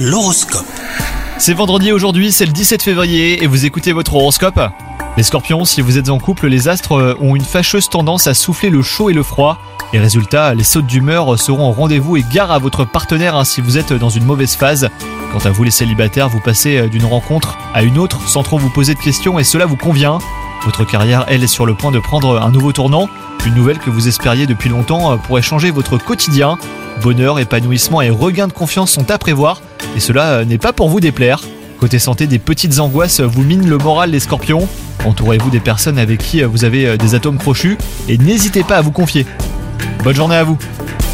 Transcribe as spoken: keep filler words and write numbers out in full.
L'horoscope. C'est vendredi aujourd'hui, c'est le dix-sept février et vous écoutez votre horoscope. Les scorpions, si vous êtes en couple, les astres ont une fâcheuse tendance à souffler le chaud et le froid. Et résultat, les sautes d'humeur seront au rendez-vous et gare à votre partenaire hein, si vous êtes dans une mauvaise phase. Quant à vous les célibataires, vous passez d'une rencontre à une autre sans trop vous poser de questions et cela vous convient. Votre carrière, elle, est sur le point de prendre un nouveau tournant. Une nouvelle que vous espériez depuis longtemps pourrait changer votre quotidien. Bonheur, épanouissement et regain de confiance sont à prévoir. Et cela n'est pas pour vous déplaire. Côté santé, des petites angoisses vous minent le moral les scorpions. Entourez-vous des personnes avec qui vous avez des atomes crochus et n'hésitez pas à vous confier. Bonne journée à vous.